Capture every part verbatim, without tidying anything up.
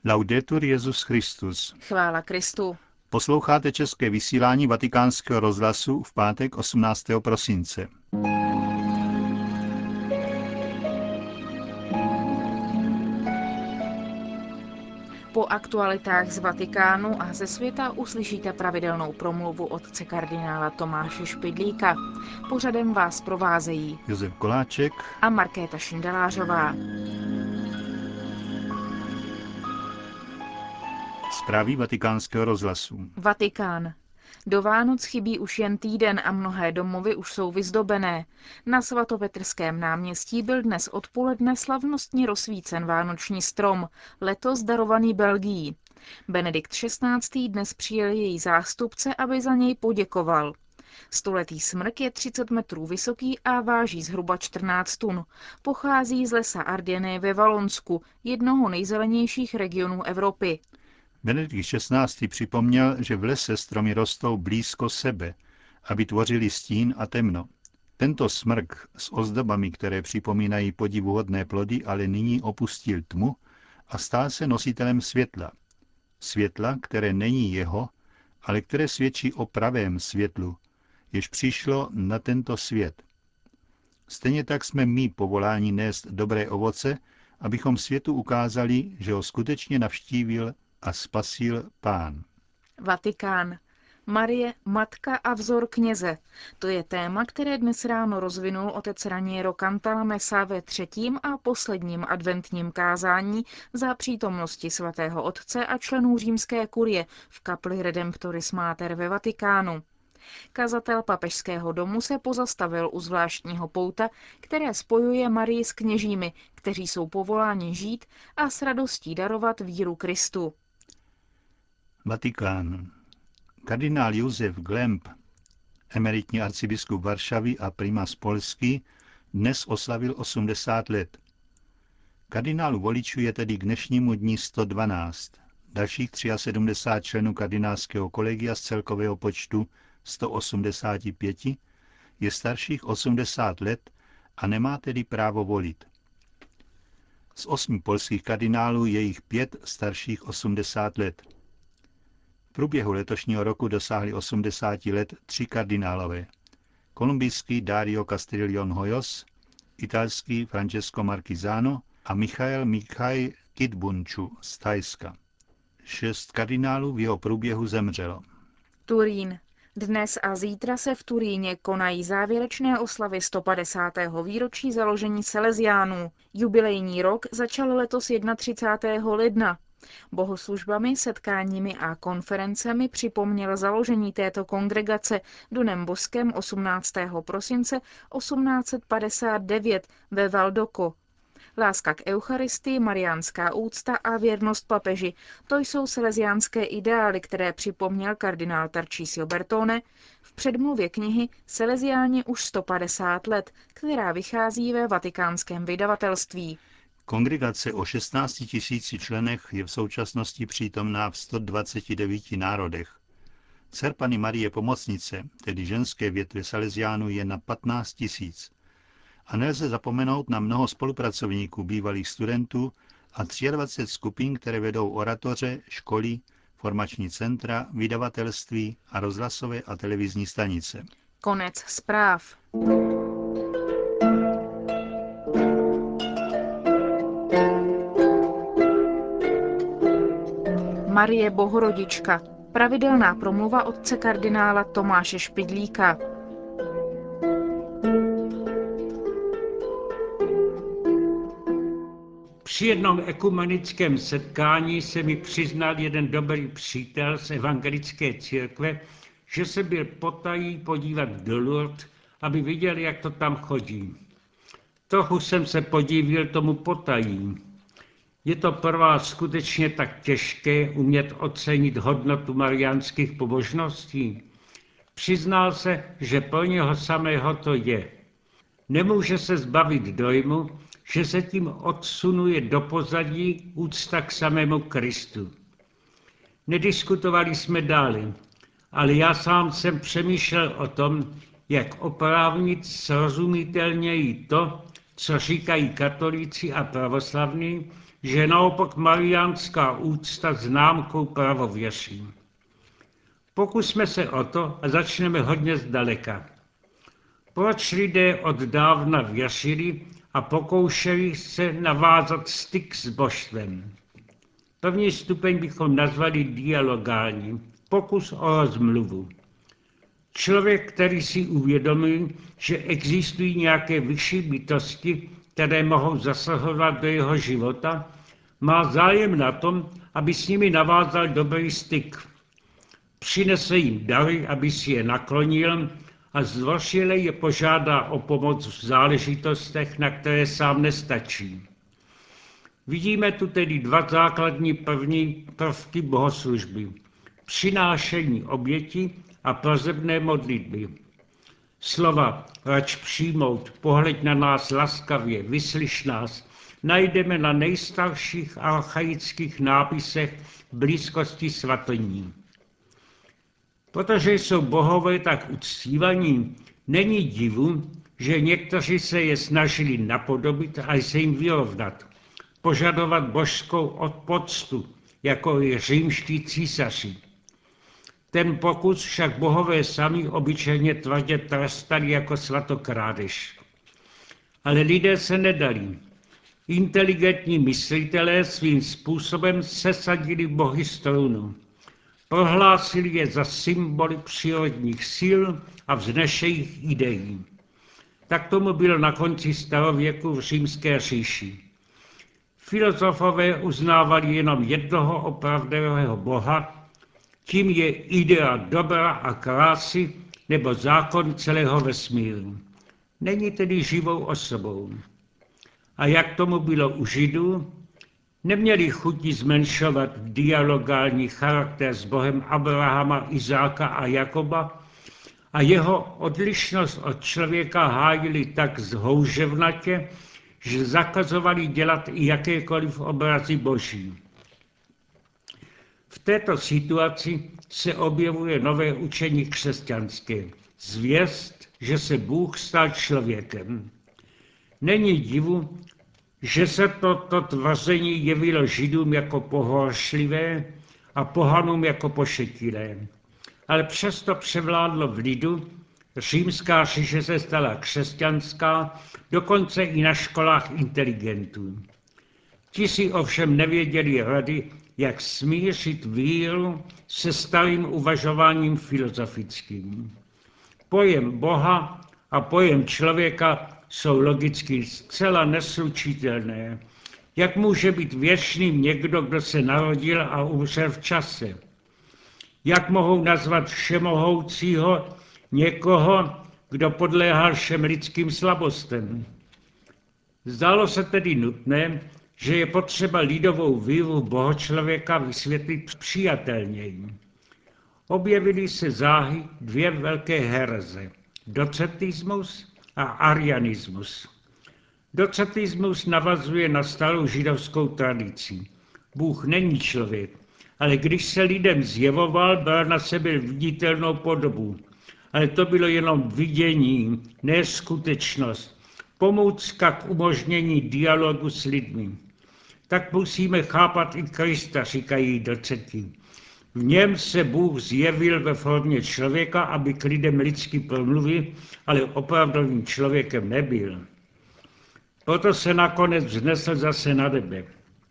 Laudetur Jesus Christus. Chvála Kristu. Posloucháte české vysílání Vatikánského rozhlasu v pátek osmnáctého prosince. Po aktualitách z Vatikánu a ze světa uslyšíte pravidelnou promluvu otce kardinála Tomáše Špidlíka. Pořadem vás provázejí Josef Koláček a Markéta Šindelářová. Zprávy Vatikánského rozhlasu. Vatikán. Do Vánoc chybí už jen týden a mnohé domovy už jsou vyzdobené. Na svatopetrském náměstí byl dnes odpoledne slavnostně rozsvícen vánoční strom, letos darovaný Belgií. Benedikt šestnáctý dnes přijel její zástupce, aby za něj poděkoval. Stoletý smrk je třicet metrů vysoký a váží zhruba čtrnáct tun. Pochází z lesa Ardenné ve Valonsku, jednoho nejzelenějších regionů Evropy. Benedikt šestnáctý připomněl, že v lese stromy rostou blízko sebe, aby tvořili stín a temno. Tento smrk s ozdobami, které připomínají podivuhodné plody, ale nyní opustil tmu a stal se nositelem světla. Světla, které není jeho, ale které svědčí o pravém světlu, jež přišlo na tento svět. Stejně tak jsme my povoláni nést dobré ovoce, abychom světu ukázali, že ho skutečně navštívil a spasil Pán. Vatikán. Marie, matka a vzor kněze. To je téma, které dnes ráno rozvinul otec Raniero Cantalamessa ve třetím a posledním adventním kázání za přítomnosti svatého otce a členů římské kurie v kapli Redemptoris Mater ve Vatikánu. Kazatel papežského domu se pozastavil u zvláštního pouta, které spojuje Marii s kněžími, kteří jsou povoláni žít a s radostí darovat víru Kristu. Vatikán. Kardinál Josef Glemp, emeritní arcibiskup Varšavy a primas polský, dnes oslavil osmdesát let. Kardinálu voličů je tedy k dnešnímu dni sto dvanáct. Dalších sedmdesát tři členů kardinálského kolegia z celkového počtu sto osmdesát pět je starších osmdesát let a nemá tedy právo volit. Z osmi polských kardinálů je jich pět starších osmdesát let. V průběhu letošního roku dosáhli osmdesáti let tři kardinálové. Kolumbijský Dario Castrillon Hoyos, italský Francesco Marquisano a Michael Michaj Kitbunču z Thajska. Šest kardinálů v jeho průběhu zemřelo. Turín. Dnes a zítra se v Turíně konají závěrečné oslavy sto padesátého výročí založení Salesiánů. Jubilejní rok začal letos třicátého prvního ledna. Bohoslužbami, setkáními a konferencemi připomněl založení této kongregace Donem Boskem osmnáctého prosince osmnáct set padesát devět ve Valdocco. Láska k eucharistii, mariánská úcta a věrnost papeži, to jsou salesiánské ideály, které připomněl kardinál Tarcísio Bertone v předmluvě knihy Salesiáni už sto padesát let, která vychází ve vatikánském vydavatelství. Kongregace o šestnácti tisíci členech je v současnosti přítomná v sto dvaceti devíti národech. Dcer Panny Marie Pomocnice, tedy ženské větve Salesiánů, je na patnáct tisíc. A nelze zapomenout na mnoho spolupracovníků, bývalých studentů a dvacet tři skupin, které vedou oratoře, školy, formační centra, vydavatelství a rozhlasové a televizní stanice. Konec zpráv. Marie Bohorodička. Pravidelná promluva otce kardinála Tomáše Špidlíka. Při jednom ekumenickém setkání se mi přiznal jeden dobrý přítel z evangelické církve, že se byl potají podívat do Lourdes, aby viděl, jak to tam chodí. Trochu jsem se podívil tomu potají. Je to pro vás skutečně tak těžké umět ocenit hodnotu mariánských pobožností? Přiznal se, že pro něho samého to je. Nemůže se zbavit dojmu, že se tím odsunuje do pozadí úcta k samému Kristu. Nediskutovali jsme dále, ale já sám jsem přemýšlel o tom, jak oprávnit srozumitelněji to, co říkají katolíci a pravoslavní, že je naopak mariánská úcta známkou pravověří. Pokusme se o to a začneme hodně zdaleka. Proč lidé od dávna věřili a pokoušeli se navázat styk s božstvem? První stupeň bychom nazvali dialogální, pokus o rozmluvu. Člověk, který si uvědomí, že existují nějaké vyšší bytosti, které mohou zasahovat do jeho života, má zájem na tom, aby s nimi navázal dobrý styk. Přinese jim dary, aby si je naklonil a zdvořile je požádá o pomoc v záležitostech, na které sám nestačí. Vidíme tu tedy dva základní první prvky bohoslužby. Přinášení oběti a prosebné modlitby. Slova rač přijmout, pohleď na nás laskavě, vyslyš nás, najdeme na nejstarších archaických nápisech v blízkosti svatyní. Protože jsou bohové tak uctívaní, není divu, že někteří se je snažili napodobit a se jim vyrovnat, požadovat božskou poctu, jako i římští císaři. Ten pokus však bohové sami obyčejně tvrdě trestali jako svatokrádež. Ale lidé se nedali. Inteligentní myslitelé svým způsobem sesadili bohy z trůnu. Prohlásili je za symboly přírodních sil a vznešených ideí. Tak tomu bylo na konci starověku v římské říši. Filozofové uznávali jenom jednoho opravdového boha, tím je idea dobra a krásy nebo zákon celého vesmíru. Není tedy živou osobou. A jak tomu bylo u Židů, neměli chuti zmenšovat dialogální charakter s Bohem Abrahama, Izáka a Jakoba a jeho odlišnost od člověka hájili tak zhouževnatě, že zakazovali dělat i jakékoliv obrazy boží. V této situaci se objevuje nové učení křesťanské. Zvěst, že se Bůh stal člověkem. Není divu, že se toto tvrzení jevilo Židům jako pohoršlivé a pohanům jako pošetilé. Ale přesto převládlo v lidu, římská říše se stala křesťanská, dokonce i na školách inteligentů. Ti si ovšem nevěděli rady, jak smířit víru se starým uvažováním filozofickým. Pojem Boha a pojem člověka jsou logicky zcela neslučitelné. Jak může být věčným někdo, kdo se narodil a umřel v čase? Jak mohou nazvat všemohoucího někoho, kdo podléhal všem lidským slabostem? Zdálo se tedy nutné, že je potřeba lidovou víru bohočlověka vysvětlit přijatelněji. Objevily se záhy dvě velké hereze, docetismus a arianismus. Docetismus navazuje na starou židovskou tradici. Bůh není člověk, ale když se lidem zjevoval, bral na sebe viditelnou podobu. Ale to bylo jenom vidění, ne skutečnost. Pomůcka k umožnění dialogu s lidmi. Tak musíme chápat i Krista, říkají doceti. V něm se Bůh zjevil ve formě člověka, aby k lidem lidsky promluvil, ale opravdovým člověkem nebyl. Proto se nakonec vznesl zase na nebe.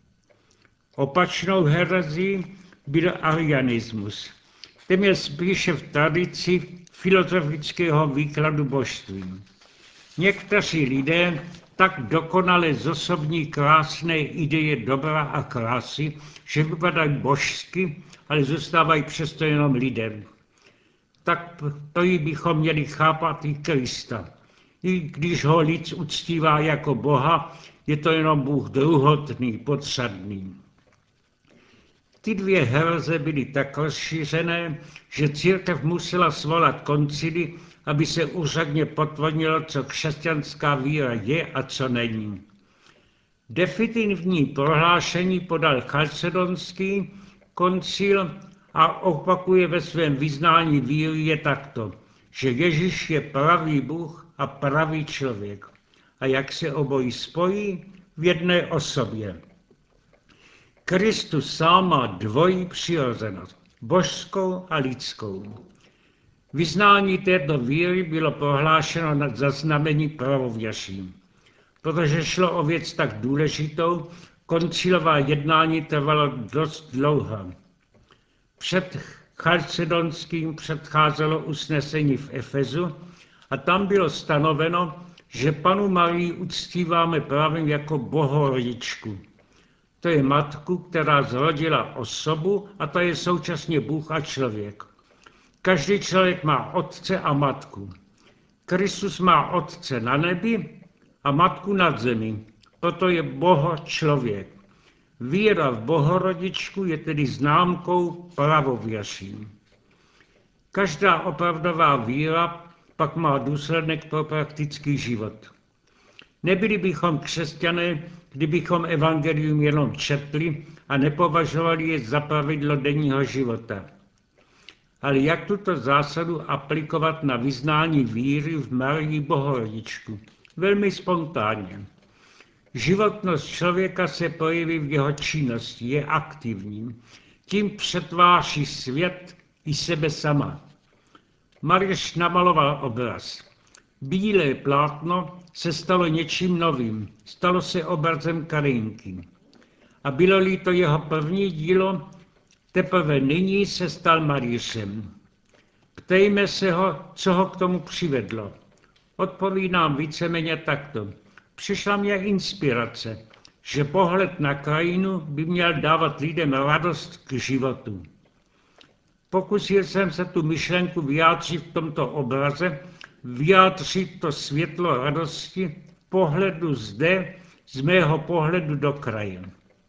Opačnou herezí byl arianismus. Ten je spíše v tradici filozofického výkladu božství. Někteří lidé tak dokonale zosobní krásné ideje dobra a krásy, že vypadají božsky, ale zůstávají přesto jenom lidem. Tak to bychom měli chápat i Krista. I když ho lid uctívá jako Boha, je to jenom Bůh druhotný, podsadný. Ty dvě hereze byly tak rozšířené, že církev musela svolat koncily, aby se úřadně potvrdilo, co křesťanská víra je a co není. Definitivní prohlášení podal Chalcedonský koncil a opakuje ve svém vyznání víry je takto, že Ježíš je pravý Bůh a pravý člověk. A jak se obojí spojí? V jedné osobě. Kristus sám má dvojí přirozenost, božskou a lidskou. Vyznání této víry bylo prohlášeno za znamení pravověřím. Protože šlo o věc tak důležitou, koncilová jednání trvalo dost dlouho. Před chalcedonským předcházelo usnesení v Efezu a tam bylo stanoveno, že Pannu Marii uctíváme právě jako bohorodičku. To je matku, která zrodila osobu a to je současně Bůh a člověk. Každý člověk má otce a matku. Kristus má otce na nebi a matku nad zemi. Proto je boho člověk. Víra v bohorodičku je tedy známkou pravověřím. Každá opravdová víra pak má důsledek pro praktický život. Nebyli bychom křesťané, kdybychom evangelium jenom četli a nepovažovali je za pravidlo denního života. Ale jak tuto zásadu aplikovat na vyznání víry v Marii Bohorodičku? Velmi spontánně. Životnost člověka se projeví v jeho činnosti, je aktivním. Tím přetváří svět i sebe sama. Marš namaloval obraz. Bílé plátno se stalo něčím novým, stalo se obrazem Karinky. A bylo-li to jeho první dílo, teprve nyní se stal malířem. Ptejme se ho, co ho k tomu přivedlo. Odpovídám víceméně takto. Přišla mě inspirace, že pohled na krajinu by měl dávat lidem radost k životu. Pokusil jsem se tu myšlenku vyjádřit v tomto obraze, vyjádřit to světlo radosti pohledu zde, z mého pohledu do kraje.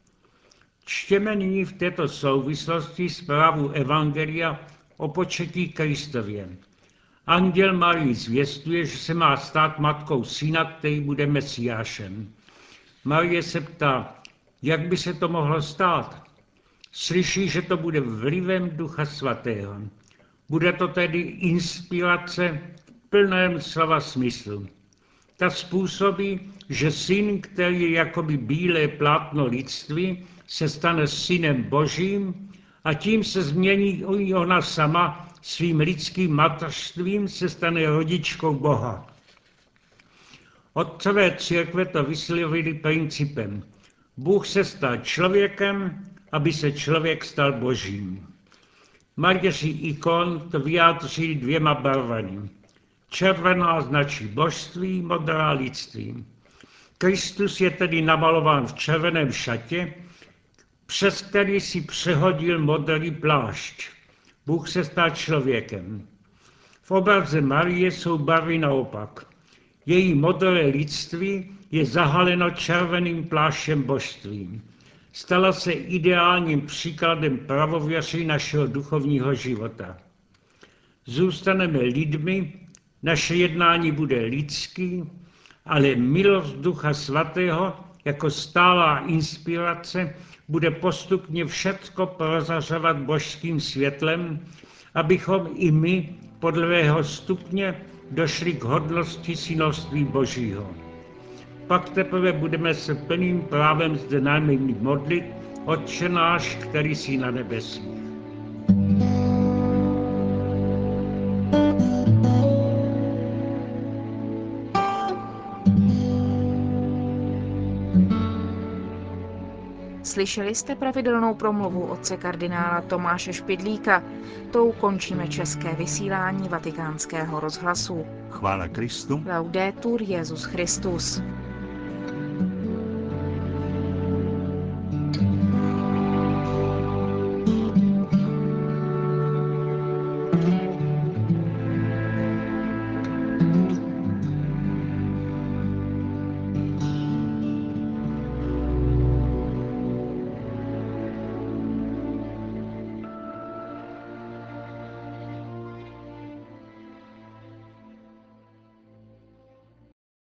Čtěme nyní v této souvislosti zprávu Evangelia o početí Kristově. Anděl Marii zvěstuje, že se má stát matkou syna, který bude Mesiášem. Marie se ptá, jak by se to mohlo stát. Slyší, že to bude vlivem Ducha Svatého. Bude to tedy inspirace v plném slova smyslu. Ta způsobí, že syn, který je jakoby bílé plátno lidství, se stane synem Božím a tím se změní i ona sama svým lidským mateřstvím se stane rodičkou Boha. Otcové církve to vyslovili principem. Bůh se stal člověkem, aby se člověk stal Božím. Malíři ikon to vyjádří dvěma barvami. Červená značí božství, modrá lidství. Kristus je tedy namalován v červeném šatě, přes který si přehodil modrý plášť. Bůh se stal člověkem. V obraze Marie jsou barvy naopak. Její modré lidství je zahaleno červeným pláštěm božstvím. Stala se ideálním příkladem pravověří našeho duchovního života. Zůstaneme lidmi, naše jednání bude lidský, ale milost Ducha Svatého jako stálá inspirace bude postupně všecko prozařovat božským světlem, abychom i my podle jeho stupně došli k hodnosti synovství Božího. Pak teprve budeme se plným právem zde námi modlit, Otče náš, který jsi na nebesích. Slyšeli jste pravidelnou promluvu otce kardinála Tomáše Špidlíka. Tou končíme české vysílání Vatikánského rozhlasu. Chvála Kristu. Laudetur Jesus Christus.